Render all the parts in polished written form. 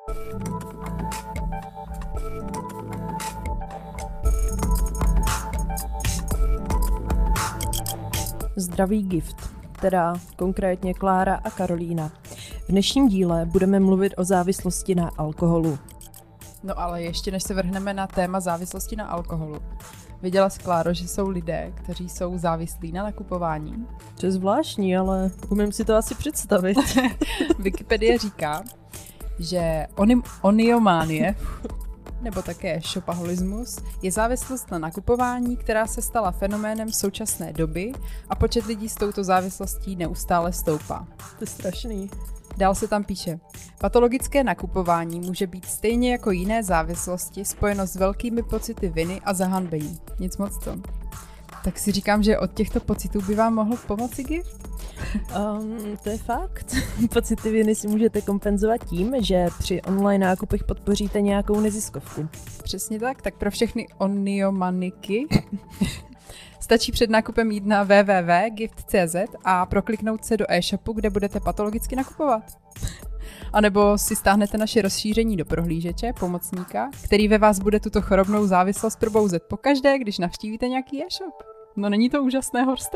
Zdraví gift, teda konkrétně Klára a Karolína. V dnešním díle budeme mluvit o závislosti na alkoholu. No ale ještě než se vrhneme na téma závislosti na alkoholu. Viděla jsi, Kláro, že jsou lidé, kteří jsou závislí na nakupování? To je zvláštní, ale umím si to asi představit. Wikipedie říká, že oniománie, nebo také shopaholismus, je závislost na nakupování, která se stala fenoménem současné doby a počet lidí s touto závislostí neustále stoupá. To je strašný. Dál se tam píše, patologické nakupování může být stejně jako jiné závislosti spojeno s velkými pocity viny a zahanbení. Nic moc to. Tak si říkám, že od těchto pocitů by vám mohl pomoci gift? To je fakt. Pocity viny si můžete kompenzovat tím, že při online nákupech podpoříte nějakou neziskovku. Přesně tak, tak pro všechny oniomaniky stačí před nákupem jít na www.gift.cz a prokliknout se do e-shopu, kde budete patologicky nakupovat. A nebo si stáhnete naše rozšíření do prohlížeče, pomocníka, který ve vás bude tuto chorobnou závislost probouzet pokaždé, když navštívíte nějaký e-shop. No není to úžasné, Horste?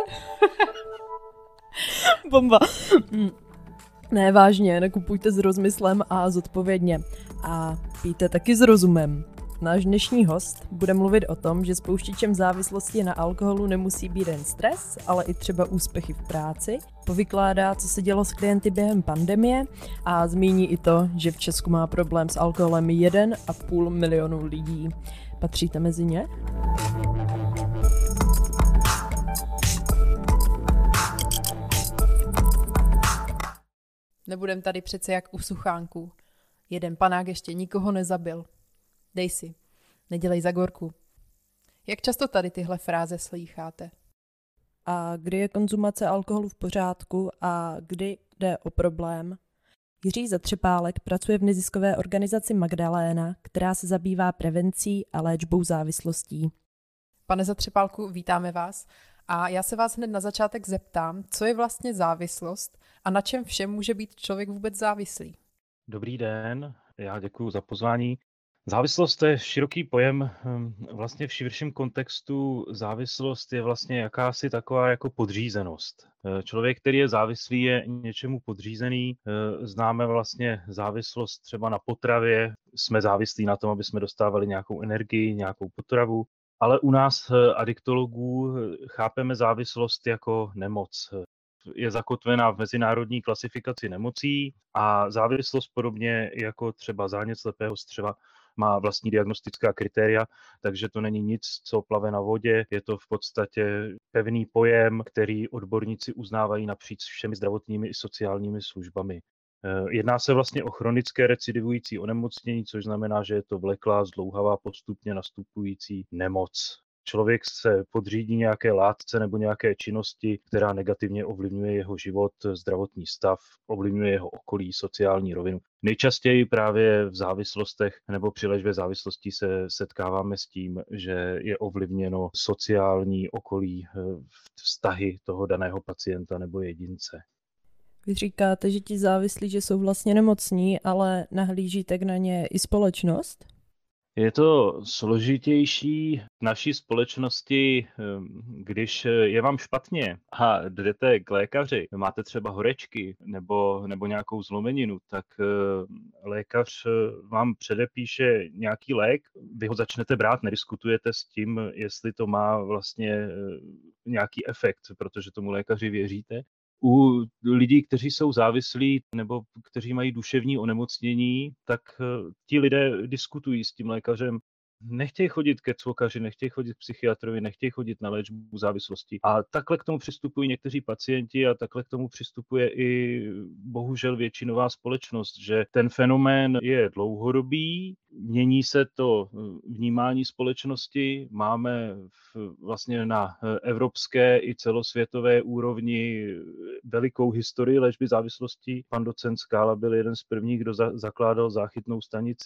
Bomba. Ne, vážně, nakupujte s rozmyslem a zodpovědně. A pijte taky s rozumem. Náš dnešní host bude mluvit o tom, že spouštěčem závislosti na alkoholu nemusí být jen stres, ale i třeba úspěchy v práci. Povykládá, co se dělo s klienty během pandemie a zmíní i to, že v Česku má problém s alkoholem 1,5 milionu lidí. Patříte mezi ně? Nebudem tady přece jak u suchánků. Jeden panák ještě nikoho nezabil. Dej si, nedělej za gorku. Jak často tady tyhle fráze slýcháte? A kdy je konzumace alkoholu v pořádku a kdy jde o problém? Jiří Zatřepálek pracuje v neziskové organizaci Magdaléna, která se zabývá prevencí a léčbou závislostí. Pane Zatřepálku, vítáme vás. A já se vás hned na začátek zeptám, co je vlastně závislost a na čem všem může být člověk vůbec závislý? Dobrý den, já děkuji za pozvání. Závislost je široký pojem, vlastně v širším kontextu závislost je vlastně jakási taková jako podřízenost. Člověk, který je závislý, je něčemu podřízený. Známe vlastně závislost třeba na potravě, jsme závislí na tom, aby jsme dostávali nějakou energii, nějakou potravu, ale u nás adiktologů chápeme závislost jako nemoc. Je zakotvená v mezinárodní klasifikaci nemocí a závislost podobně jako třeba zánět slepého střeva má vlastní diagnostická kritéria, takže to není nic, co plave na vodě, je to v podstatě pevný pojem, který odborníci uznávají napříč všemi zdravotními i sociálními službami. Jedná se vlastně o chronické recidivující onemocnění, což znamená, že je to vleklá, zdlouhavá, postupně nastupující nemoc. Člověk se podřídí nějaké látce nebo nějaké činnosti, která negativně ovlivňuje jeho život, zdravotní stav, ovlivňuje jeho okolí, sociální rovinu. Nejčastěji právě v závislostech nebo při léčbě závislostí se setkáváme s tím, že je ovlivněno sociální okolí, vztahy toho daného pacienta nebo jedince. Vy říkáte, že ti závislí, že jsou vlastně nemocní, ale nahlížíte na ně i společnost? Je to složitější v naší společnosti, když je vám špatně a jdete k lékaři, máte třeba horečky nebo nějakou zlomeninu, tak lékař vám předepíše nějaký lék, vy ho začnete brát, nediskutujete s tím, jestli to má vlastně nějaký efekt, protože tomu lékaři věříte. U lidí, kteří jsou závislí nebo kteří mají duševní onemocnění, tak ti lidé diskutují s tím lékařem. Nechtějí chodit ke cvokaři, nechtějí chodit k psychiatrovi, nechtějí chodit na léčbu závislosti. A takhle k tomu přistupují někteří pacienti a takhle k tomu přistupuje i bohužel většinová společnost, že ten fenomén je dlouhodobý, mění se to vnímání společnosti, máme vlastně na evropské i celosvětové úrovni velikou historii léčby závislostí. Pan docent Skála byl jeden z prvních, kdo zakládal záchytnou stanici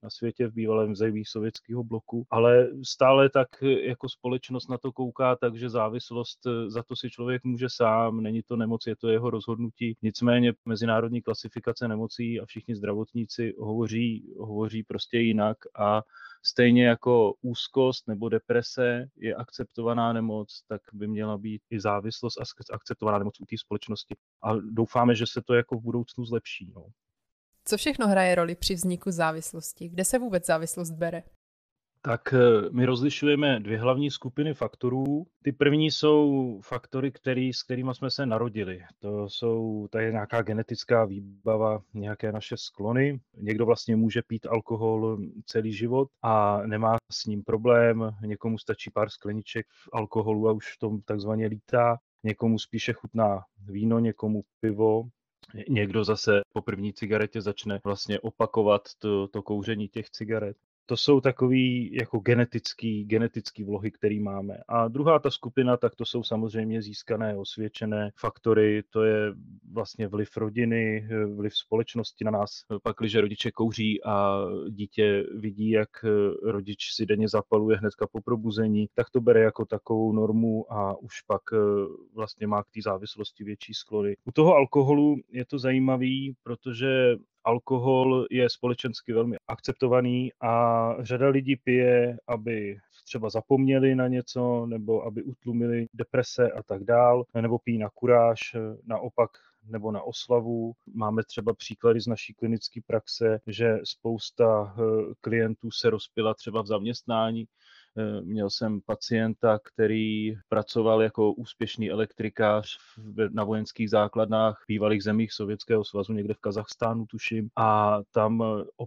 na světě v bývalém zemí sovětského bloku, ale stále tak jako společnost na to kouká, takže závislost, za to si člověk může sám, není to nemoc, je to jeho rozhodnutí. Nicméně mezinárodní klasifikace nemocí a všichni zdravotníci hovoří prostě jinak a stejně jako úzkost nebo deprese je akceptovaná nemoc, tak by měla být i závislost a akceptovaná nemoc u té společnosti. A doufáme, že se to jako v budoucnu zlepší. No. Co všechno hraje roli při vzniku závislosti? Kde se vůbec závislost bere? Tak my rozlišujeme dvě hlavní skupiny faktorů. Ty první jsou faktory, s kterými jsme se narodili. To je nějaká genetická výbava, nějaké naše sklony. Někdo vlastně může pít alkohol celý život a nemá s ním problém. Někomu stačí pár skleniček alkoholu a už v tom takzvaně lítá. Někomu spíše chutná víno, někomu pivo. Někdo zase po první cigaretě začne vlastně opakovat to kouření těch cigaret. To jsou takový jako genetický vlohy, který máme. A druhá ta skupina, tak to jsou samozřejmě získané, osvědčené faktory, to je vlastně vliv rodiny, vliv společnosti na nás. Pakliže rodiče kouří a dítě vidí, jak rodič si denně zapaluje hnedka po probuzení, tak to bere jako takovou normu a už pak vlastně má k té závislosti větší sklony. U toho alkoholu je to zajímavý, protože alkohol je společensky velmi akceptovaný a řada lidí pije, aby třeba zapomněli na něco, nebo aby utlumili deprese a tak dál, nebo pijí na kuráž, naopak nebo na oslavu. Máme třeba příklady z naší klinické praxe, že spousta klientů se rozpila třeba v zaměstnání. Měl jsem pacienta, který pracoval jako úspěšný elektrikář na vojenských základnách v bývalých zemích Sovětského svazu, někde v Kazachstánu tuším, a tam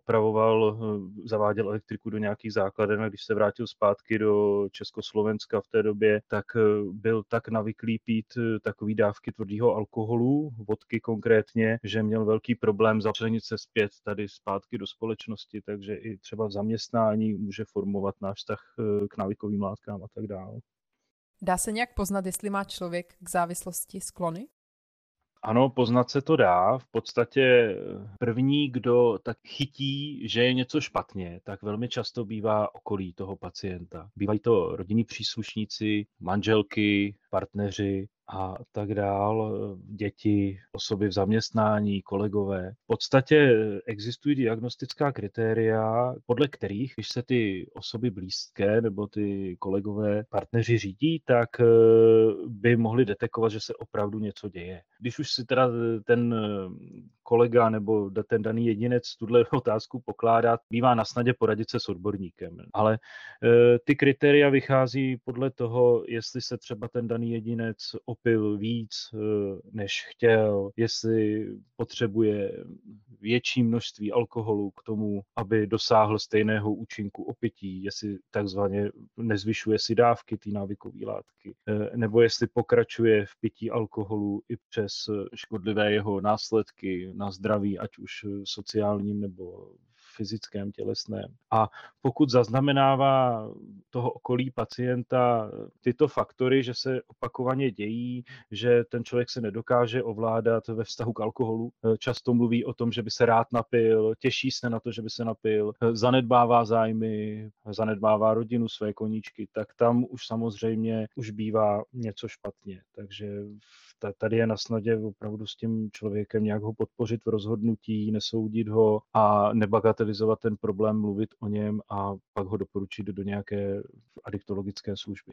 zaváděl elektriku do nějakých základen a když se vrátil zpátky do Československa v té době, tak byl tak navyklý pít takový dávky tvrdého alkoholu, vodky konkrétně, že měl velký problém začlenit se zpět tady zpátky do společnosti, takže i třeba v zaměstnání může formovat náš vztah k návykovým látkám a tak dále. Dá se nějak poznat, jestli má člověk k závislosti sklony? Ano, poznat se to dá. V podstatě první, kdo tak chytí, že je něco špatně, tak velmi často bývá okolí toho pacienta. Bývají to rodinní příslušníci, manželky, partneři a tak dál, děti, osoby v zaměstnání, kolegové. V podstatě existují diagnostická kritéria, podle kterých, když se ty osoby blízké nebo ty kolegové, partneři řídí, tak by mohli detekovat, že se opravdu něco děje. Když už si teda ten kolega nebo ten daný jedinec tuhle otázku pokládá, bývá na snadě poradit se s odborníkem. Ale ty kritéria vychází podle toho, jestli se třeba ten daný jedinec opil víc, než chtěl, jestli potřebuje větší množství alkoholu k tomu, aby dosáhl stejného účinku opití, jestli takzvaně nezvyšuje si dávky té návykové látky, nebo jestli pokračuje v pití alkoholu i přes škodlivé jeho následky na zdraví, ať už sociálním nebo fyzickém, tělesném. A pokud zaznamenává toho okolí pacienta tyto faktory, že se opakovaně dějí, že ten člověk se nedokáže ovládat ve vztahu k alkoholu, často mluví o tom, že by se rád napil, těší se na to, že by se napil, zanedbává zájmy, zanedbává rodinu, své koníčky, tak tam už samozřejmě už bývá něco špatně. Takže tady je na snadě opravdu s tím člověkem nějak ho podpořit v rozhodnutí, nesoudit ho a nebagatelizovat ten problém, mluvit o něm a pak ho doporučit do nějaké adiktologické služby.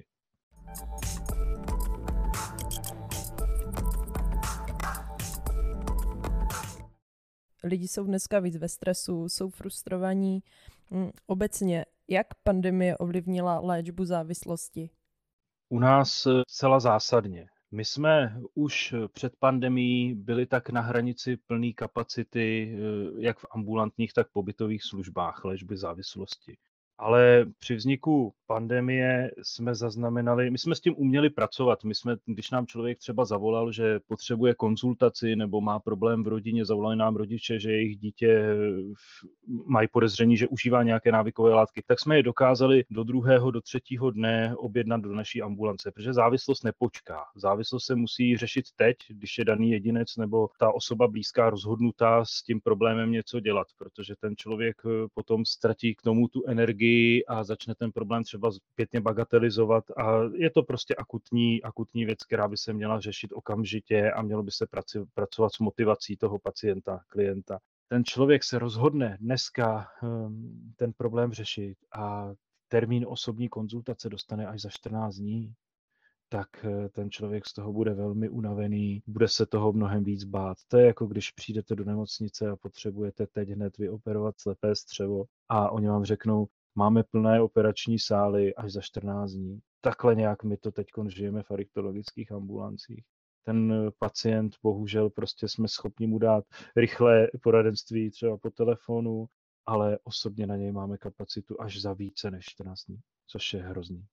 Lidi jsou dneska víc ve stresu, jsou frustrovaní. Obecně, jak pandemie ovlivnila léčbu závislosti? U nás zcela zásadně. My jsme už před pandemií byli tak na hranici plné kapacity, jak v ambulantních, tak pobytových službách léčby závislosti. Ale při vzniku pandemie jsme zaznamenali, my jsme s tím uměli pracovat. Když nám člověk třeba zavolal, že potřebuje konzultaci nebo má problém v rodině, zavolali nám rodiče, že jejich dítě mají podezření, že užívá nějaké návykové látky, tak jsme je dokázali do 2., do 3. dne objednat do naší ambulance, protože závislost nepočká. Závislost se musí řešit teď, když je daný jedinec nebo ta osoba blízká rozhodnutá s tím problémem něco dělat, protože ten člověk potom ztratí k tomu tu energii a začne ten problém třeba zpětně bagatelizovat a je to prostě akutní věc, která by se měla řešit okamžitě a mělo by se pracovat s motivací toho pacienta, klienta. Ten člověk se rozhodne dneska ten problém řešit a termín osobní konzultace dostane až za 14 dní, tak ten člověk z toho bude velmi unavený, bude se toho mnohem víc bát. To je jako když přijdete do nemocnice a potřebujete teď hned vyoperovat slepé střevo a oni vám řeknou, máme plné operační sály až za 14 dní. Takhle nějak my to teď žijeme v adiktologických ambulancích. Ten pacient, bohužel, prostě jsme schopni mu dát rychlé poradenství třeba po telefonu, ale osobně na něj máme kapacitu až za více než 14 dní, což je hrozný.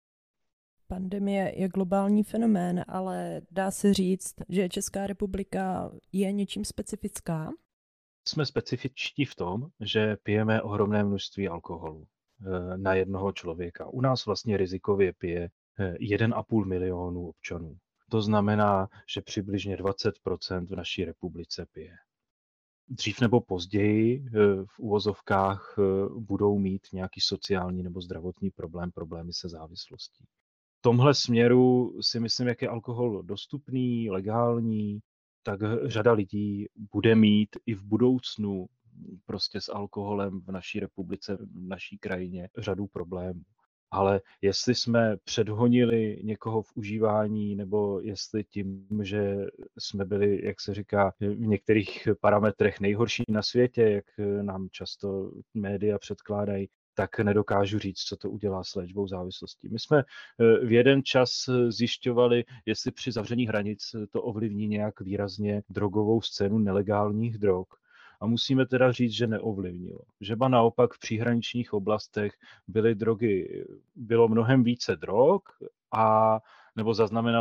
Pandemie je globální fenomén, ale dá se říct, že Česká republika je něčím specifická? Jsme specifičtí v tom, že pijeme ohromné množství alkoholu na jednoho člověka. U nás vlastně rizikově pije 1,5 milionu občanů. To znamená, že přibližně 20% v naší republice pije. Dřív nebo později v uvozovkách budou mít nějaký sociální nebo zdravotní problémy se závislostí. V tomhle směru si myslím, jak je alkohol dostupný, legální, tak řada lidí bude mít i v budoucnu prostě s alkoholem v naší republice, v naší krajině řadu problémů. Ale jestli jsme předhonili někoho v užívání, nebo jestli tím, že jsme byli, jak se říká, v některých parametrech nejhorší na světě, jak nám často média předkládají, tak nedokážu říct, co to udělá s léčbou závislostí. My jsme v jeden čas zjišťovali, jestli při zavření hranic to ovlivní nějak výrazně drogovou scénu nelegálních drog. A musíme teda říct, že neovlivnilo. Že ba naopak v příhraničních oblastech bylo mnohem více drog nebo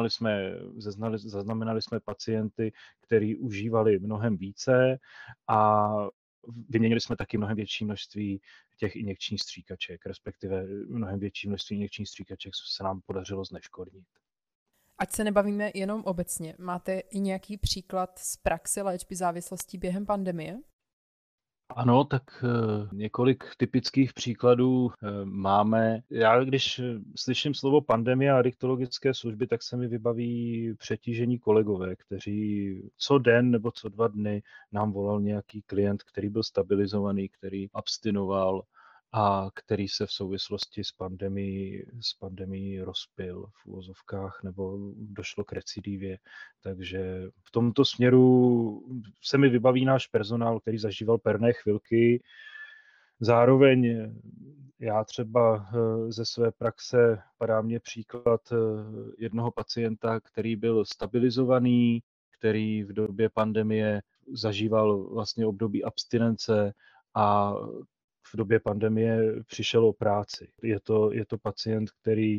zaznamenali jsme pacienty, kteří užívali mnohem více a vyměnili jsme taky mnohem větší množství těch injekčních stříkaček, respektive mnohem větší množství injekčních stříkaček se nám podařilo zneškodnit. Ať se nebavíme jenom obecně, máte i nějaký příklad z praxe léčby závislostí během pandemie? Ano, tak několik typických příkladů máme. Já když slyším slovo pandemie a adiktologické služby, tak se mi vybaví přetížení kolegové, kteří co den nebo co 2 dny nám volal nějaký klient, který byl stabilizovaný, který abstinoval a který se v souvislosti s pandemií rozpil v uvozovkách nebo došlo k recidivě. Takže v tomto směru se mi vybaví náš personál, který zažíval perné chvilky. Zároveň já třeba ze své praxe padá mně příklad jednoho pacienta, který byl stabilizovaný, který v době pandemie zažíval vlastně období abstinence a v době pandemie přišel o práci. Je to pacient, který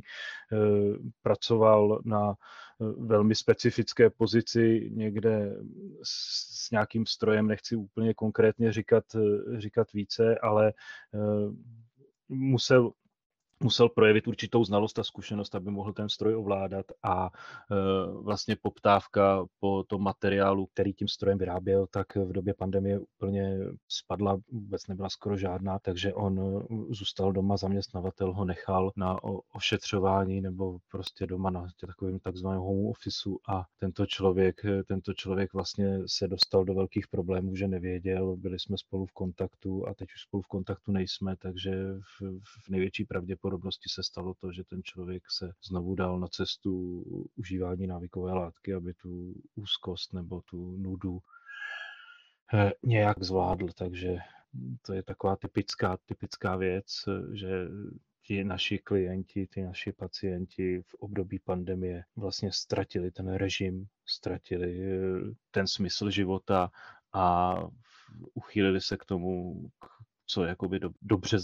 pracoval na velmi specifické pozici někde s nějakým strojem, nechci úplně konkrétně říkat více, ale musel projevit určitou znalost a zkušenost, aby mohl ten stroj ovládat a vlastně poptávka po tom materiálu, který tím strojem vyráběl, tak v době pandemie úplně spadla, vůbec nebyla skoro žádná, takže on zůstal doma, zaměstnavatel ho nechal na ošetřování nebo prostě doma na takovým takzvaném home officeu a tento člověk vlastně se dostal do velkých problémů, že nevěděl, byli jsme spolu v kontaktu a teď už spolu v kontaktu nejsme, takže v největší pravděpodobnosti se stalo to, že ten člověk se znovu dal na cestu užívání návykové látky, aby tu úzkost nebo tu nudu nějak zvládl. Takže to je taková typická věc, že ti naši klienti, ti naši pacienti v období pandemie vlastně ztratili ten režim, ztratili ten smysl života a uchýlili se k tomu, co jakoby dobře znají.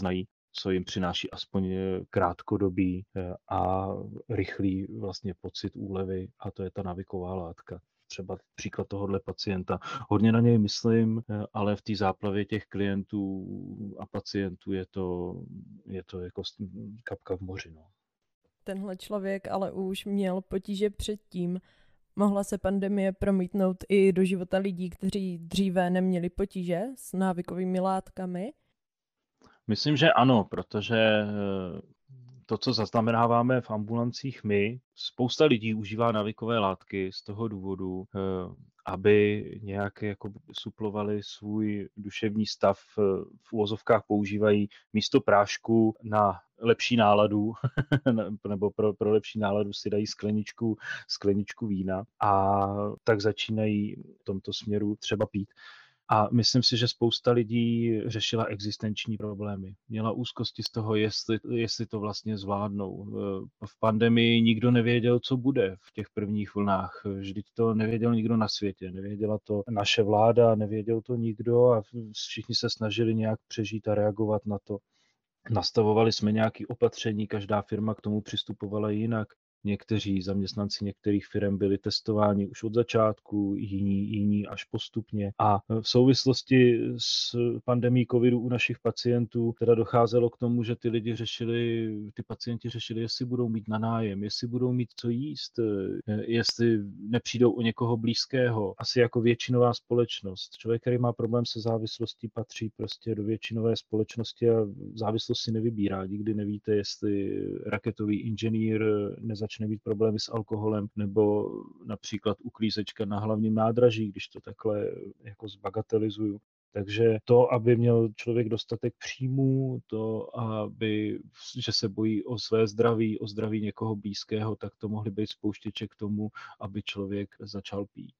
co jim přináší aspoň krátkodobý a rychlý vlastně pocit úlevy, a to je ta návyková látka. Třeba příklad tohohle pacienta. Hodně na něj myslím, ale v té záplavě těch klientů a pacientů je to jako kapka v moři. No. Tenhle člověk ale už měl potíže předtím. Mohla se pandemie promítnout i do života lidí, kteří dříve neměli potíže s návykovými látkami? Myslím, že ano, protože to, co zaznamenáváme v ambulancích my, spousta lidí užívá návykové látky z toho důvodu, aby nějak jako suplovali svůj duševní stav. V uvozovkách používají místo prášku na lepší náladu, nebo pro lepší náladu si dají skleničku vína a tak začínají v tomto směru třeba pít. A myslím si, že spousta lidí řešila existenční problémy. Měla úzkosti z toho, jestli to vlastně zvládnou. V pandemii nikdo nevěděl, co bude v těch prvních vlnách. Vždyť to nevěděl nikdo na světě. Nevěděla to naše vláda, nevěděl to nikdo a všichni se snažili nějak přežít a reagovat na to. Nastavovali jsme nějaké opatření, každá firma k tomu přistupovala jinak. Někteří zaměstnanci některých firm byli testováni už od začátku, jiní až postupně. A v souvislosti s pandemií covidu u našich pacientů teda docházelo k tomu, že ty pacienti řešili, jestli budou mít na nájem, jestli budou mít co jíst, jestli nepřijdou o někoho blízkého. Asi jako většinová společnost. Člověk, který má problém se závislostí, patří prostě do většinové společnosti a závislost si nevybírá. Nikdy nevíte, jestli raketový inženýr nezačne mít problémy s alkoholem, nebo například uklízečka na hlavním nádraží, když to takhle jako zbagatelizuju. Takže to, aby měl člověk dostatek příjmů, že se bojí o své zdraví, o zdraví někoho blízkého, tak to mohly být spouštěče k tomu, aby člověk začal pít.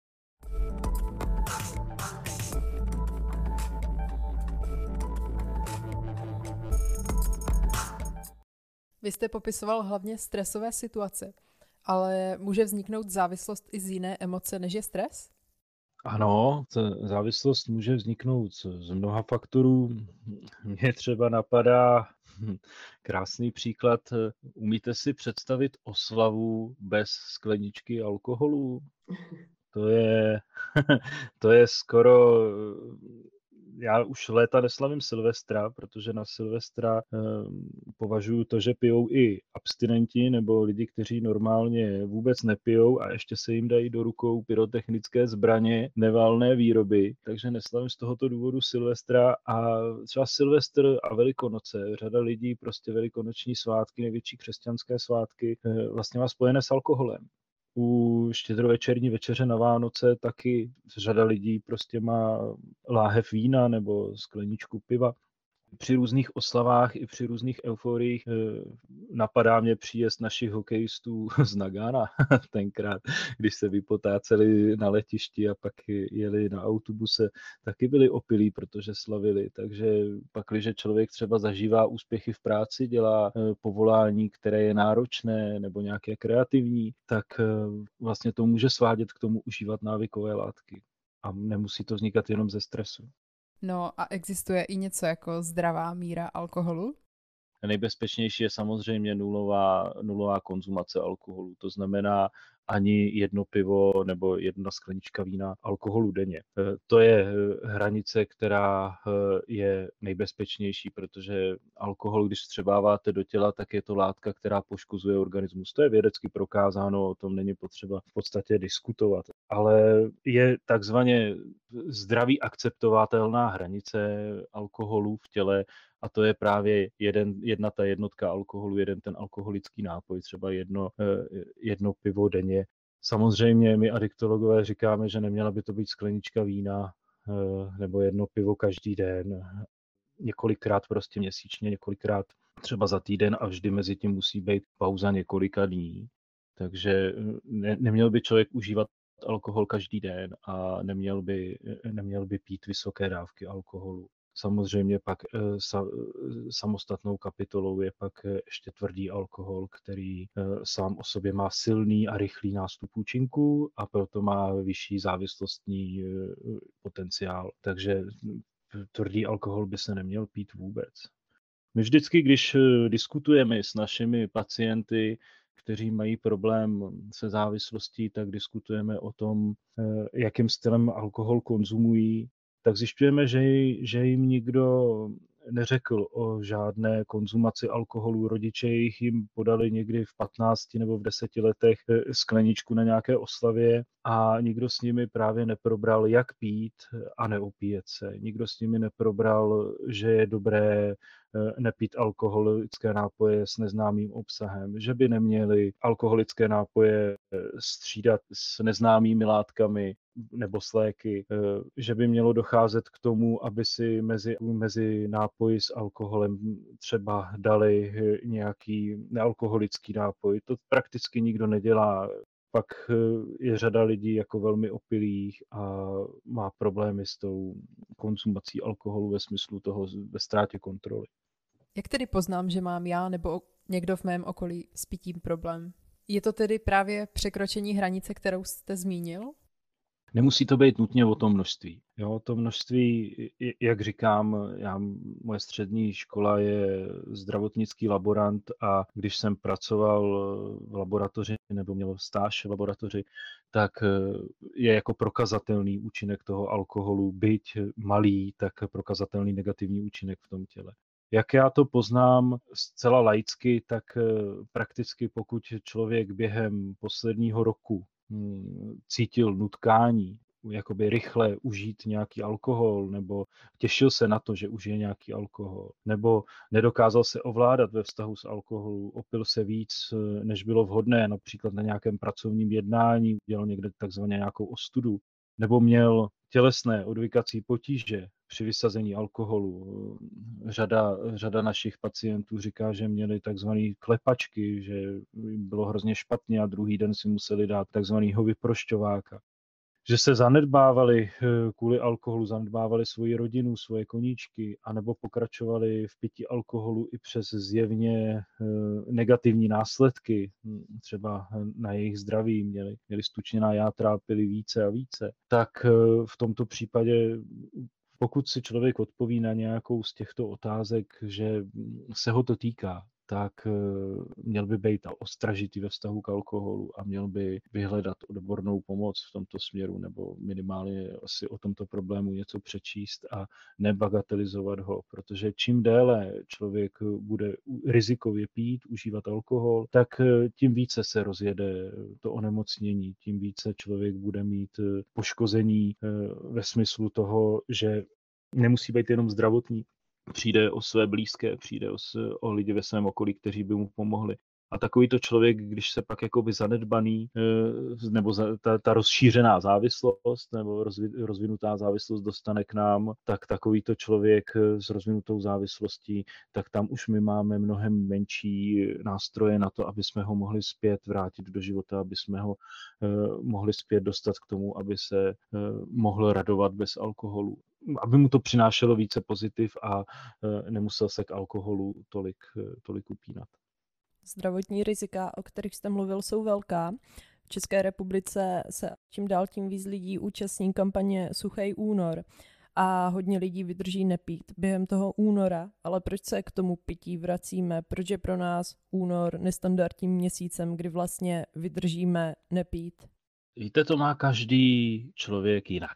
Vy jste popisoval hlavně stresové situace, ale může vzniknout závislost i z jiné emoce, než je stres? Ano, závislost může vzniknout z mnoha faktorů. Mně třeba napadá krásný příklad. Umíte si představit oslavu bez skleničky alkoholu? To je skoro... Já už léta neslavím Silvestra, protože na Silvestra považuji to, že pijou i abstinenti nebo lidi, kteří normálně vůbec nepijou a ještě se jim dají do rukou pyrotechnické zbraně, neválné výroby, takže neslavím z tohoto důvodu Silvestra a třeba Silvestr a Velikonoce. Řada lidí prostě velikonoční svátky, největší křesťanské svátky vlastně má spojené s alkoholem. U štědrovečerní večeře na Vánoce taky řada lidí prostě má láhev vína nebo skleničku piva. Při různých oslavách i při různých euforiích napadá mě příjezd našich hokejistů z Nagana tenkrát, když se vypotáceli na letišti a pak jeli na autobuse, taky byli opilí, protože slavili. Takže pak, když člověk třeba zažívá úspěchy v práci, dělá povolání, které je náročné nebo nějaké kreativní, tak vlastně to může svádět k tomu užívat návykové látky. A nemusí to vznikat jenom ze stresu. No a existuje i něco jako zdravá míra alkoholu? Nejbezpečnější je samozřejmě nulová konzumace alkoholu. To znamená ani jedno pivo nebo jedna sklenička vína alkoholu denně. To je hranice, která je nejbezpečnější, protože alkohol, když vstřebáváte do těla, tak je to látka, která poškozuje organismus. To je vědecky prokázáno, o tom není potřeba v podstatě diskutovat. Ale je takzvaně zdravý akceptovatelná hranice alkoholu v těle, a to je právě jedna ta jednotka alkoholu, jeden ten alkoholický nápoj, třeba jedno pivo denně. Samozřejmě my adiktologové říkáme, že neměla by to být sklenička vína nebo jedno pivo každý den. Několikrát prostě měsíčně, několikrát třeba za týden a vždy mezi tím musí být pauza několika dní. Takže neměl by člověk užívat alkohol každý den a neměl by pít vysoké dávky alkoholu. Samozřejmě pak samostatnou kapitolou je pak ještě tvrdý alkohol, který sám o sobě má silný a rychlý nástup účinků a proto má vyšší závislostní potenciál. Takže tvrdý alkohol by se neměl pít vůbec. My vždycky, když diskutujeme s našimi pacienty, kteří mají problém se závislostí, tak diskutujeme o tom, jakým stylem alkohol konzumují, tak zjišťujeme, že jim nikdo neřekl o žádné konzumaci alkoholu. Rodiče jim podali někdy v 15 nebo v 10 letech skleničku na nějaké oslavě a nikdo s nimi právě neprobral, jak pít a neopíjet se. Nikdo s nimi neprobral, že je dobré nepít alkoholické nápoje s neznámým obsahem, že by neměli alkoholické nápoje střídat s neznámými látkami nebo s léky, že by mělo docházet k tomu, aby si mezi nápoji s alkoholem třeba dali nějaký nealkoholický nápoj. To prakticky nikdo nedělá. Pak je řada lidí jako velmi opilých a má problémy s tou konzumací alkoholu ve smyslu toho ve ztrátě kontroly. Jak tedy poznám, že mám já nebo někdo v mém okolí s pitím problém? Je to tedy právě překročení hranice, kterou jste zmínil? Nemusí to být nutně o tom množství. Jo, to množství, jak říkám, moje střední škola je zdravotnický laborant a když jsem pracoval v laboratoři nebo měl stáž v laboratoři, tak je jako prokazatelný účinek toho alkoholu, byť malý, tak prokazatelný negativní účinek v tom těle. Jak já to poznám zcela laicky, tak prakticky pokud člověk během posledního roku cítil nutkání, jakoby rychle užít nějaký alkohol, nebo těšil se na to, že užije nějaký alkohol, nebo nedokázal se ovládat ve vztahu s alkoholu, opil se víc, než bylo vhodné, například na nějakém pracovním jednání, udělal někde takzvaně nějakou ostudu, nebo měl tělesné odvykací potíže při vysazení alkoholu. Řada našich pacientů říká, že měli takzvané klepačky, že jim bylo hrozně špatně a druhý den si museli dát takzvanýho vyprošťováka. Že se zanedbávali kvůli alkoholu, zanedbávali svoji rodinu, svoje koníčky, anebo pokračovali v pití alkoholu i přes zjevně negativní následky, třeba na jejich zdraví, měli stučněná játra, pili více a více, tak v tomto případě pokud si člověk odpoví na nějakou z těchto otázek, že se ho to týká, tak měl by být ostražitý ve vztahu k alkoholu a měl by vyhledat odbornou pomoc v tomto směru nebo minimálně asi o tomto problému něco přečíst a nebagatelizovat ho, protože čím déle člověk bude rizikově pít, užívat alkohol, tak tím více se rozjede to onemocnění, tím více člověk bude mít poškození ve smyslu toho, že nemusí být jenom zdravotní, přijde o své blízké, přijde o lidi ve svém okolí, kteří by mu pomohli. A takovýto člověk, když se pak jakoby zanedbaný, nebo ta rozšířená závislost, nebo rozvinutá závislost dostane k nám, tak takovýto člověk s rozvinutou závislostí, tak tam už my máme mnohem menší nástroje na to, aby jsme ho mohli zpět vrátit do života, aby jsme ho mohli zpět dostat k tomu, aby se mohl radovat bez alkoholu, aby mu to přinášelo více pozitiv a nemusel se k alkoholu tolik upínat. Zdravotní rizika, o kterých jste mluvil, jsou velká. V České republice se čím dál tím víc lidí účastní kampaně Suchý únor a hodně lidí vydrží nepít během toho února. Ale proč se k tomu pití vracíme? Proč je pro nás únor nestandardním měsícem, kdy vlastně vydržíme nepít? Víte, to má každý člověk jinak.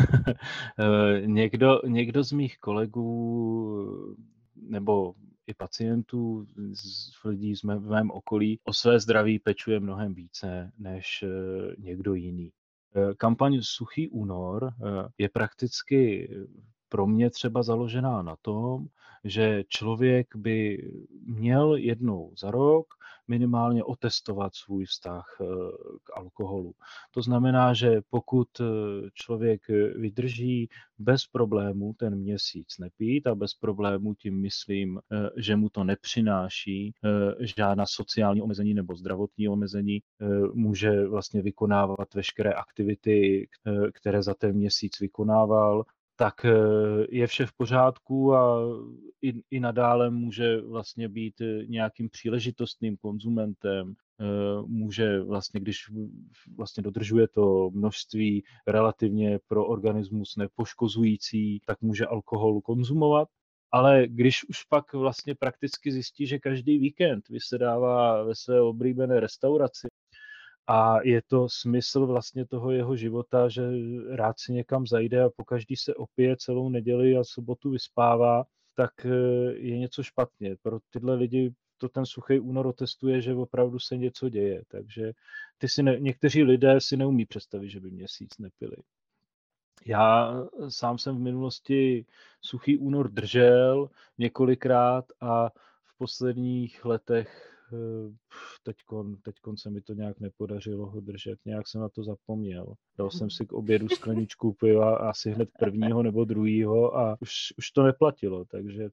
Někdo z mých kolegů nebo i pacientů, lidí v mém okolí, o své zdraví pečuje mnohem více než někdo jiný. Kampaň Suchý únor je prakticky pro mě třeba založená na tom, že člověk by měl jednou za rok minimálně otestovat svůj vztah k alkoholu. To znamená, že pokud člověk vydrží bez problémů ten měsíc nepít a bez problémů tím myslím, že mu to nepřináší žádná sociální omezení nebo zdravotní omezení, může vlastně vykonávat veškeré aktivity, které za ten měsíc vykonával, tak je vše v pořádku a i nadále může vlastně být nějakým příležitostným konzumentem. Může vlastně, když vlastně dodržuje to množství relativně pro organismus nepoškozující, tak může alkohol konzumovat. Ale když už pak vlastně prakticky zjistí, že každý víkend vysedává ve své oblíbené restauraci a je to smysl vlastně toho jeho života, že rád si někam zajde a pokaždý se opije celou neděli a sobotu vyspává, tak je něco špatně. Pro tyhle lidi to ten suchý únor otestuje, že opravdu se něco děje. Takže někteří lidé si neumí představit, že by měsíc nepili. Já sám jsem v minulosti suchý únor držel několikrát a v posledních letech teďkon se mi to nějak nepodařilo ho držet. Nějak jsem na to zapomněl. Dal jsem si k obědu skleničku piva asi hned prvního nebo druhýho a už to neplatilo, takže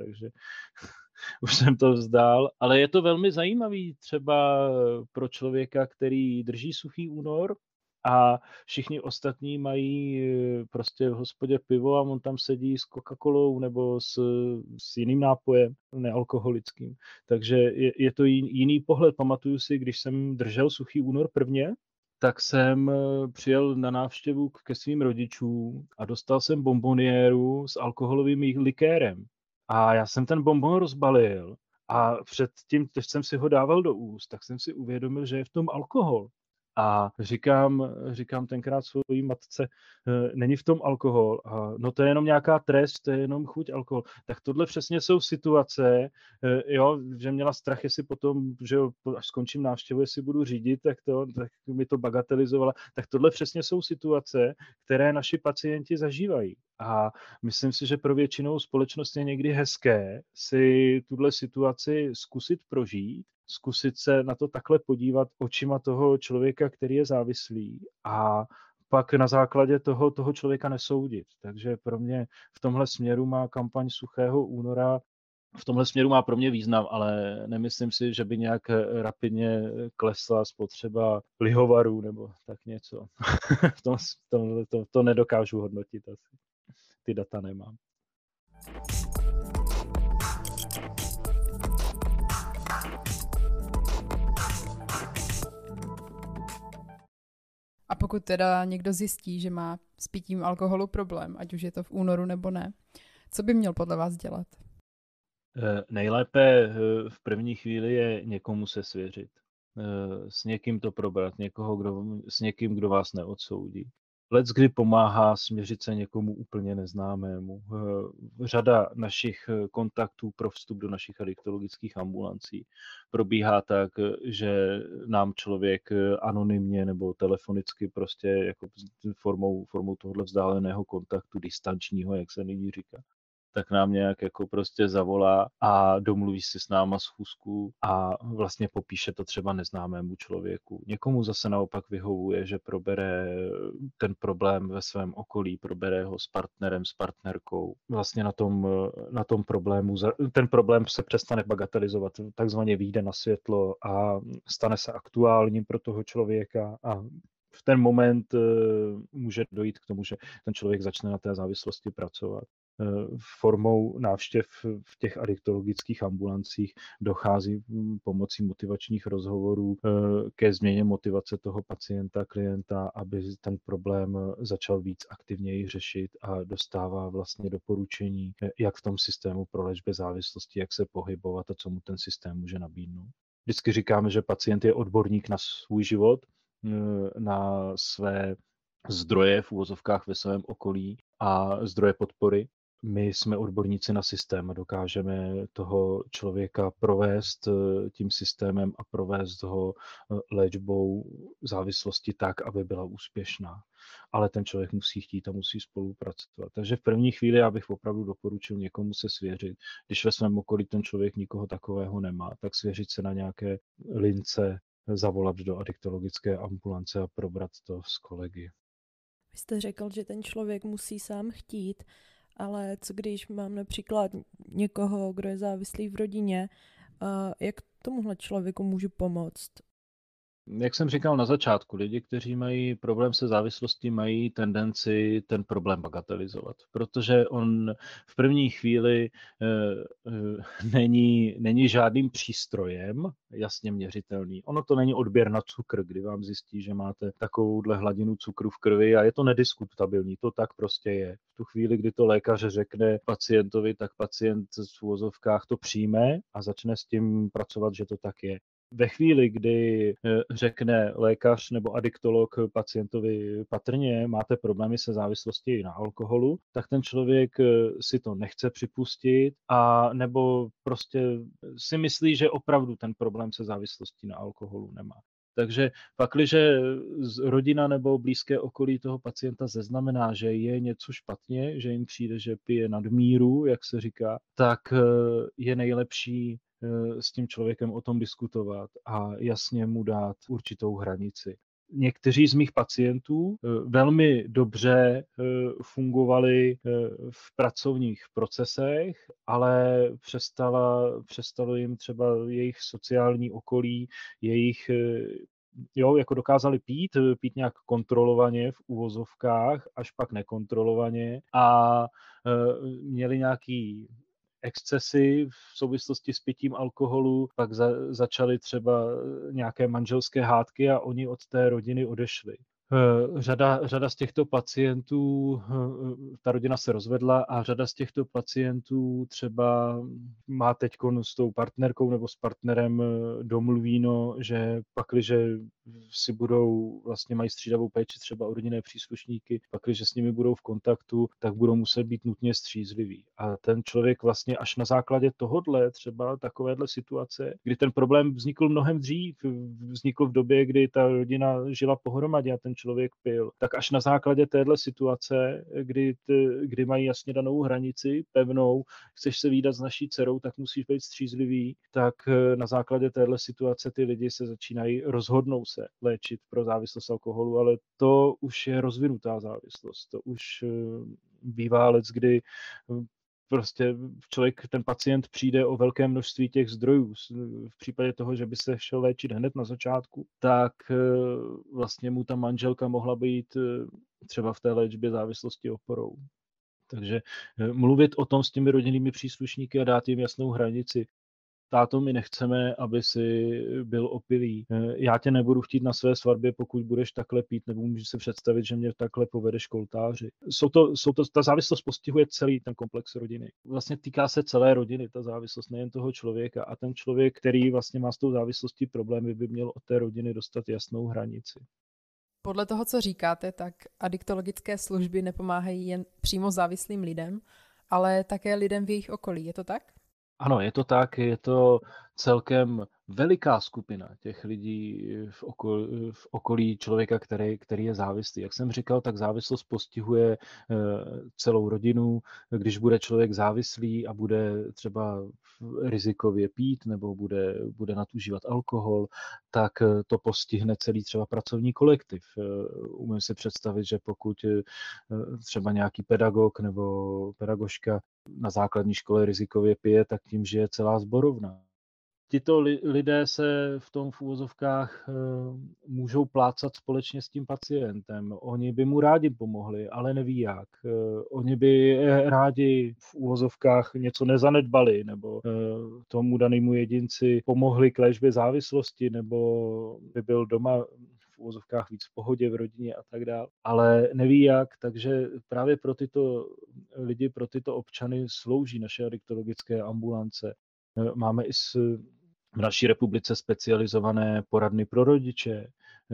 už jsem to vzdál. Ale je to velmi zajímavý třeba pro člověka, který drží suchý únor, a všichni ostatní mají prostě v hospodě pivo a on tam sedí s Coca-Colou nebo s jiným nápojem nealkoholickým. Takže je to jiný pohled. Pamatuju si, když jsem držel suchý únor prvně, tak jsem přijel na návštěvu ke svým rodičům a dostal jsem bonboniéru s alkoholovým likérem. A já jsem ten bonbon rozbalil a předtím, když jsem si ho dával do úst, tak jsem si uvědomil, že je v tom alkohol. A říkám tenkrát svojí matce, není v tom alkohol. A no to je jenom nějaká trest, to je jenom chuť alkohol. Tak tohle přesně jsou situace, jo, že měla strach, jestli potom, že až skončím návštěvu, jestli budu řídit, tak mi to bagatelizovala. Tak tohle přesně jsou situace, které naši pacienti zažívají. A myslím si, že pro většinou společnost je někdy hezké si tuhle situaci zkusit prožít, zkusit se na to takhle podívat očima toho člověka, který je závislý a pak na základě toho člověka nesoudit. Takže pro mě v tomhle směru má kampaň Suchého února v tomhle směru má pro mě význam, ale nemyslím si, že by nějak rapidně klesla spotřeba lihovarů nebo tak něco. to nedokážu hodnotit asi. Ty data nemám. A pokud teda někdo zjistí, že má s pitím alkoholu problém, ať už je to v únoru nebo ne, co by měl podle vás dělat? Nejlépe v první chvíli je někomu se svěřit. S někým to probrat, s někým, kdo vás neodsoudí. Leckdy pomáhá směřit se někomu úplně neznámému. Řada našich kontaktů pro vstup do našich adiktologických ambulancí probíhá tak, že nám člověk anonymně nebo telefonicky prostě jako formou tohohle vzdáleného kontaktu, distančního, jak se nyní říká, tak nám nějak jako prostě zavolá a domluví si s náma schůzku a vlastně popíše to třeba neznámému člověku. Někomu zase naopak vyhovuje, že probere ten problém ve svém okolí, probere ho s partnerem, s partnerkou. Vlastně na tom problému, ten problém se přestane bagatelizovat, takzvaně vyjde na světlo a stane se aktuálním pro toho člověka a v ten moment může dojít k tomu, že ten člověk začne na té závislosti pracovat. Formou návštěv v těch adiktologických ambulancích dochází pomocí motivačních rozhovorů ke změně motivace toho pacienta, klienta, aby ten problém začal víc aktivněji řešit a dostává vlastně doporučení, jak v tom systému pro léčbu závislosti, jak se pohybovat a co mu ten systém může nabídnout. Vždycky říkáme, že pacient je odborník na svůj život, na své zdroje v uvozovkách ve svém okolí a zdroje podpory. My jsme odborníci na systém a dokážeme toho člověka provést tím systémem a provést ho léčbou závislosti tak, aby byla úspěšná. Ale ten člověk musí chtít a musí spolupracovat. Takže v první chvíli já bych opravdu doporučil někomu se svěřit. Když ve svém okolí ten člověk nikoho takového nemá, tak svěřit se na nějaké lince, zavolat do adiktologické ambulance a probrat to s kolegy. Vy jste řekl, že ten člověk musí sám chtít, ale co když mám například někoho, kdo je závislý v rodině, jak tomuhle člověku můžu pomoct? Jak jsem říkal na začátku, lidi, kteří mají problém se závislostí, mají tendenci ten problém bagatelizovat, protože on v první chvíli není žádným přístrojem jasně měřitelný. Ono to není odběr na cukr, kdy vám zjistí, že máte takovouhle hladinu cukru v krvi a je to nediskutabilní, to tak prostě je. V tu chvíli, kdy to lékař řekne pacientovi, tak pacient v uvozovkách to přijme a začne s tím pracovat, že to tak je. Ve chvíli, kdy řekne lékař nebo adiktolog pacientovi patrně, máte problémy se závislostí na alkoholu, tak ten člověk si to nechce připustit a nebo prostě si myslí, že opravdu ten problém se závislostí na alkoholu nemá. Takže pakliže rodina nebo blízké okolí toho pacienta zaznamená, že je něco špatně, že jim přijde, že pije nadmíru, jak se říká, tak je nejlepší s tím člověkem o tom diskutovat a jasně mu dát určitou hranici. Někteří z mých pacientů velmi dobře fungovali v pracovních procesech, ale přestalo jim třeba jejich sociální okolí, jako dokázali pít nějak kontrolovaně v uvozovkách, až pak nekontrolovaně a měli nějaký excesy v souvislosti s pitím alkoholu, pak začaly třeba nějaké manželské hádky a oni od té rodiny odešli. Řada z těchto pacientů, ta rodina se rozvedla a řada z těchto pacientů třeba má teď s tou partnerkou nebo s partnerem domluvíno, že pakliže si mají střídavou péči třeba o rodinné příslušníky, pakliže s nimi budou v kontaktu, tak budou muset být nutně střízliví. A ten člověk vlastně až na základě tohodle, třeba takovéhle situace, kdy ten problém vznikl mnohem dřív, vznikl v době, kdy ta rodina žila pohromadě a ten člověk pil, tak až na základě téhle situace, kdy mají jasně danou hranici, pevnou, chceš se vídat s naší dcerou, tak musíš být střízlivý, tak na základě téhle situace ty lidi se začínají rozhodnou se léčit pro závislost alkoholu, ale to už je rozvinutá závislost. To už bývá kdy prostě ten pacient přijde o velké množství těch zdrojů. V případě toho, že by se šel léčit hned na začátku, tak vlastně mu ta manželka mohla být třeba v té léčbě závislosti oporou. Takže mluvit o tom s těmi rodinnými příslušníky a dát jim jasnou hranici. Táto, my nechceme, aby si byl opilý. Já tě nebudu chtít na své svatbě, pokud budeš takhle pít, nebo můžeš si představit, že mě takhle povedeš k oltáři. Ta závislost postihuje celý ten komplex rodiny. Vlastně týká se celé rodiny, ta závislost, nejen toho člověka. A ten člověk, který vlastně má s tou závislostí problémy, by měl od té rodiny dostat jasnou hranici. Podle toho, co říkáte, tak adiktologické služby nepomáhají jen přímo závislým lidem, ale také lidem v jejich okolí. Je to tak? Ano, je to tak, je to celkem veliká skupina těch lidí v okolí člověka, který je závislý. Jak jsem říkal, tak závislost postihuje celou rodinu. Když bude člověk závislý a bude třeba rizikově pít nebo bude nadužívat alkohol, tak to postihne celý třeba pracovní kolektiv. Umím si představit, že pokud třeba nějaký pedagog nebo pedagožka na základní škole rizikově pije, tak tím žije celá sborovna. Tito lidé se v tom v uvozovkách můžou plácat společně s tím pacientem. Oni by mu rádi pomohli, ale neví jak. Oni by rádi v uvozovkách něco nezanedbali, nebo tomu danému jedinci pomohli k léčbě závislosti, nebo by byl doma v uvozovkách víc v pohodě v rodině a tak dále. Ale neví jak, takže právě pro tyto lidi, pro tyto občany slouží naše adiktologické ambulance. Máme i v naší republice specializované poradny pro rodiče,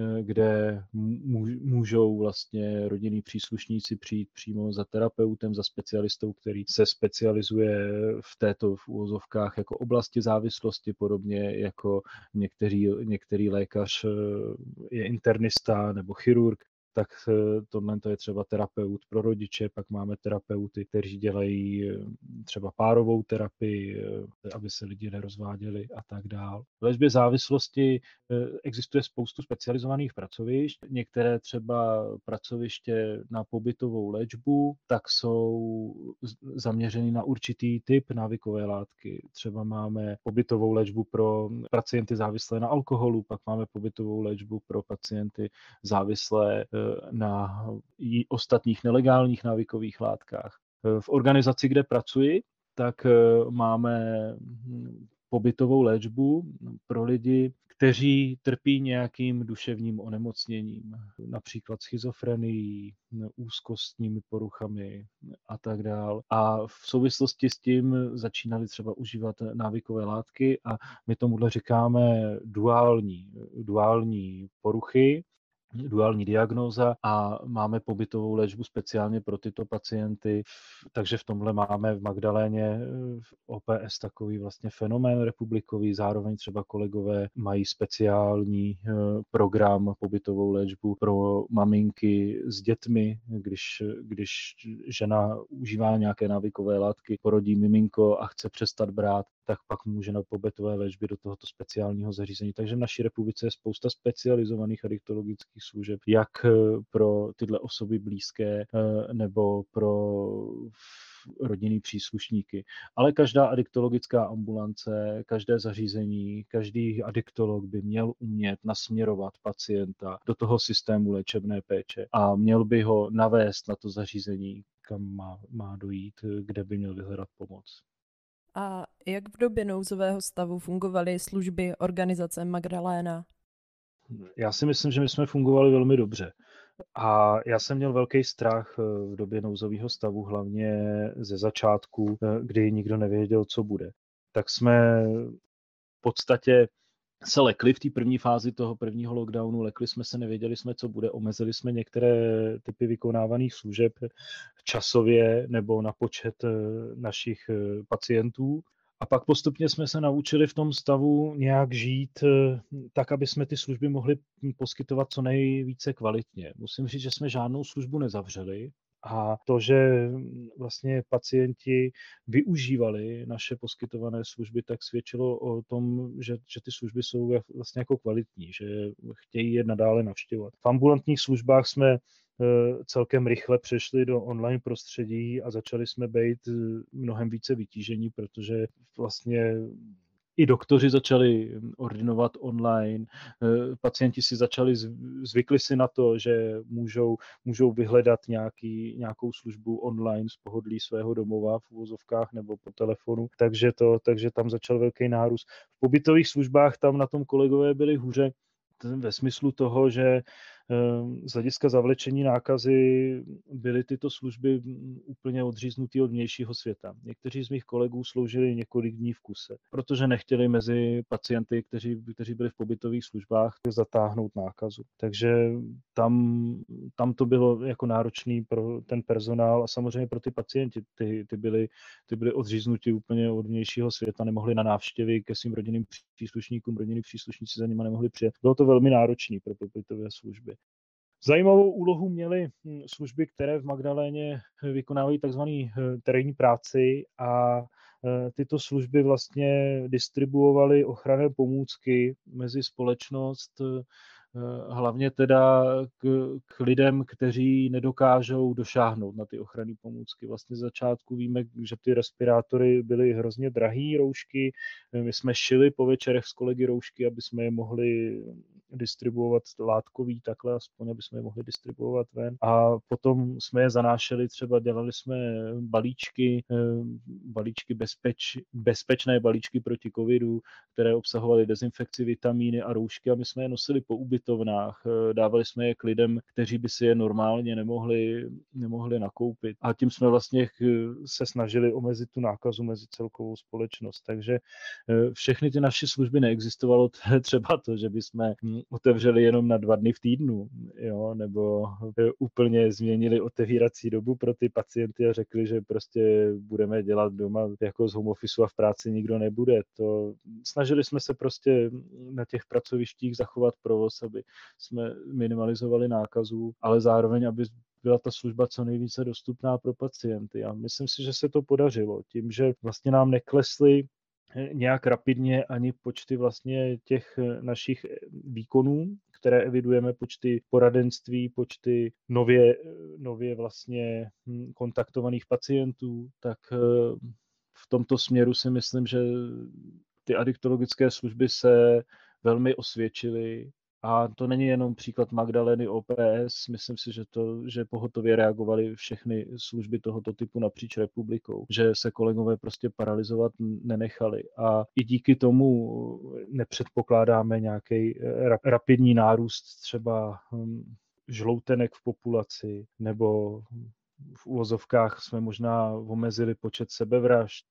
kde můžou vlastně rodinní příslušníci přijít přímo za terapeutem, za specialistou, který se specializuje v této v uvozovkách jako oblasti závislosti, podobně jako některý lékař je internista nebo chirurg. tak tohle to je třeba terapeut pro rodiče, pak máme terapeuty, kteří dělají třeba párovou terapii, aby se lidi nerozváděli a tak dál. V léčbě závislosti existuje spoustu specializovaných pracovišť. Některé třeba pracoviště na pobytovou léčbu, tak jsou zaměřeny na určitý typ návykové látky. Třeba máme pobytovou léčbu pro pacienty závislé na alkoholu, pak máme pobytovou léčbu pro pacienty závislé na ostatních nelegálních návykových látkách. V organizaci, kde pracuji, tak máme pobytovou léčbu pro lidi, kteří trpí nějakým duševním onemocněním, například schizofrenií, úzkostními poruchami a tak dál. A v souvislosti s tím začínali třeba užívat návykové látky a my tomuhle říkáme duální poruchy, duální diagnóza a máme pobytovou léčbu speciálně pro tyto pacienty. Takže v tomhle máme v Magdaléně v OPS takový vlastně fenomén republikový. Zároveň třeba kolegové mají speciální program pobytovou léčbu pro maminky s dětmi, když žena užívá nějaké návykové látky, porodí miminko a chce přestat brát, tak pak může na pobytové léčbě do tohoto speciálního zařízení. Takže v naší republice je spousta specializovaných adiktologických služeb, jak pro tyhle osoby blízké nebo pro rodinný příslušníky. Ale každá adiktologická ambulance, každé zařízení, každý adiktolog by měl umět nasměrovat pacienta do toho systému léčebné péče a měl by ho navést na to zařízení, kam má dojít, kde by měl vyhledat pomoc. A jak v době nouzového stavu fungovaly služby organizace Magdaléna? Já si myslím, že my jsme fungovali velmi dobře. A já jsem měl velký strach v době nouzového stavu, hlavně ze začátku, kdy nikdo nevěděl, co bude. Tak jsme v podstatě se lekli v té první fázi toho prvního lockdownu, lekli jsme se, nevěděli jsme, co bude, omezili jsme některé typy vykonávaných služeb časově nebo na počet našich pacientů. A pak postupně jsme se naučili v tom stavu nějak žít tak, aby jsme ty služby mohli poskytovat co nejvíce kvalitně. Musím říct, že jsme žádnou službu nezavřeli a to, že vlastně pacienti využívali naše poskytované služby, tak svědčilo o tom, že ty služby jsou vlastně jako kvalitní, že chtějí je nadále navštěvovat. V ambulantních službách jsme celkem rychle přešli do online prostředí a začali jsme být mnohem více vytížení, protože vlastně i doktoři začali ordinovat online, pacienti si zvykli si na to, že můžou vyhledat nějakou službu online z pohodlí svého domova v uvozovkách nebo po telefonu, takže tam začal velký nárůst. V pobytových službách tam na tom kolegové byli hůře ve smyslu toho, že z hlediska zavlečení nákazy byly tyto služby úplně odříznutý od vnějšího světa. Někteří z mých kolegů sloužili několik dní v kuse, protože nechtěli mezi pacienty, kteří byli v pobytových službách, zatáhnout nákazu. Takže tam to bylo jako náročný pro ten personál a samozřejmě pro ty pacienti. Ty byly odříznuti úplně od vnějšího světa, nemohli na návštěvy ke svým rodinným příslušníkům, rodinní příslušníci za nimi nemohli přijet. Bylo to velmi náročné pro pobytové služby. Zajímavou úlohu měly služby, které v Magdaléně vykonávají tzv. Terénní práci a tyto služby vlastně distribuovaly ochranné pomůcky mezi společnost, hlavně teda k lidem, kteří nedokážou došáhnout na ty ochranné pomůcky. Vlastně z začátku víme, že ty respirátory byly hrozně drahý roušky. My jsme šili po večerech s kolegy roušky, aby jsme je mohli distribuovat látkový takhle, aspoň aby jsme je mohli distribuovat ven. A potom jsme je zanášeli, třeba dělali jsme balíčky bezpečné balíčky proti covidu, které obsahovaly dezinfekci, vitamíny a roušky a my jsme je nosili po ubytovnách. Dávali jsme je k lidem, kteří by si je normálně nemohli nakoupit. A tím jsme vlastně se snažili omezit tu nákazu mezi celkovou společnost. Takže všechny ty naše služby neexistovalo třeba to, že bychom otevřeli jenom na 2 dny v týdnu, jo, nebo úplně změnili otevírací dobu pro ty pacienty a řekli, že prostě budeme dělat doma jako z home officeu a v práci nikdo nebude. Snažili jsme se prostě na těch pracovištích zachovat provoz, aby jsme minimalizovali nákazu, ale zároveň, aby byla ta služba co nejvíce dostupná pro pacienty. A myslím si, že se to podařilo tím, že vlastně nám neklesly nějak rapidně ani počty vlastně těch našich výkonů, které evidujeme, počty poradenství, počty nově vlastně kontaktovaných pacientů, tak v tomto směru si myslím, že ty adiktologické služby se velmi osvědčily. A to není jenom příklad Magdaleny OPS, myslím si, že pohotově reagovaly všechny služby tohoto typu napříč republikou, že se kolegové prostě paralyzovat nenechali. A i díky tomu nepředpokládáme nějaký rapidní nárůst třeba žloutenek v populaci, nebo v uvozovkách jsme možná omezili počet sebevražd.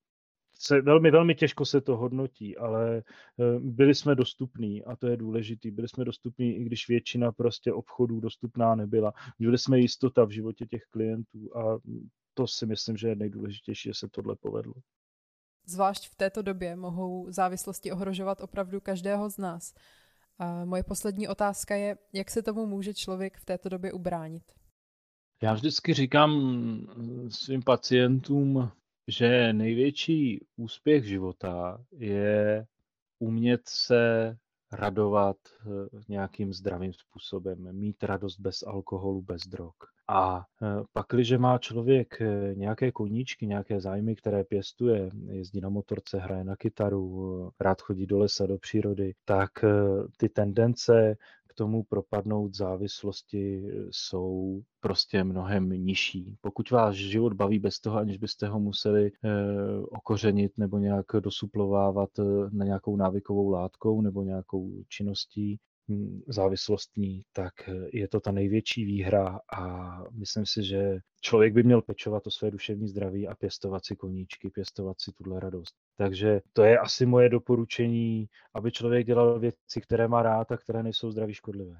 Velmi těžko se to hodnotí, ale byli jsme dostupní a to je důležitý. Byli jsme dostupní, i když většina prostě obchodů dostupná nebyla. Měli jsme jistota v životě těch klientů a to si myslím, že je nejdůležitější, že se tohle povedlo. Zvlášť v této době mohou závislosti ohrožovat opravdu každého z nás. A moje poslední otázka je, jak se tomu může člověk v této době ubránit? Já vždycky říkám svým pacientům, že největší úspěch života je umět se radovat nějakým zdravým způsobem, mít radost bez alkoholu, bez drog. A pakliže má člověk nějaké koníčky, nějaké zájmy, které pěstuje, jezdí na motorce, hraje na kytaru, rád chodí do lesa, do přírody, tak ty tendence k tomu propadnout závislosti jsou prostě mnohem nižší. Pokud váš život baví bez toho, aniž byste ho museli okořenit nebo nějak dosuplovávat na nějakou návykovou látkou nebo nějakou činností závislostní, tak je to ta největší výhra a myslím si, že člověk by měl pečovat o své duševní zdraví a pěstovat si koníčky, pěstovat si tuhle radost. Takže to je asi moje doporučení, aby člověk dělal věci, které má rád a které nejsou zdraví škodlivé.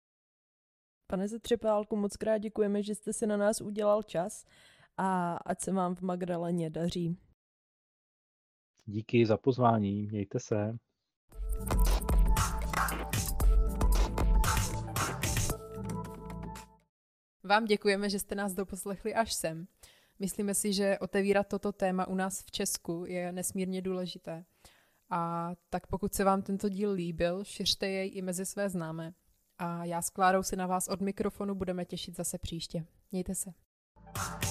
Pane Setřepálku, moc krát děkujeme, že jste si na nás udělal čas a ať se vám v Magdaleně daří. Díky za pozvání, mějte se. Vám děkujeme, že jste nás doposlechli až sem. Myslíme si, že otevírat toto téma u nás v Česku je nesmírně důležité. A tak pokud se vám tento díl líbil, šiřte jej i mezi své známé. A já s Klárou si na vás od mikrofonu budeme těšit zase příště. Mějte se.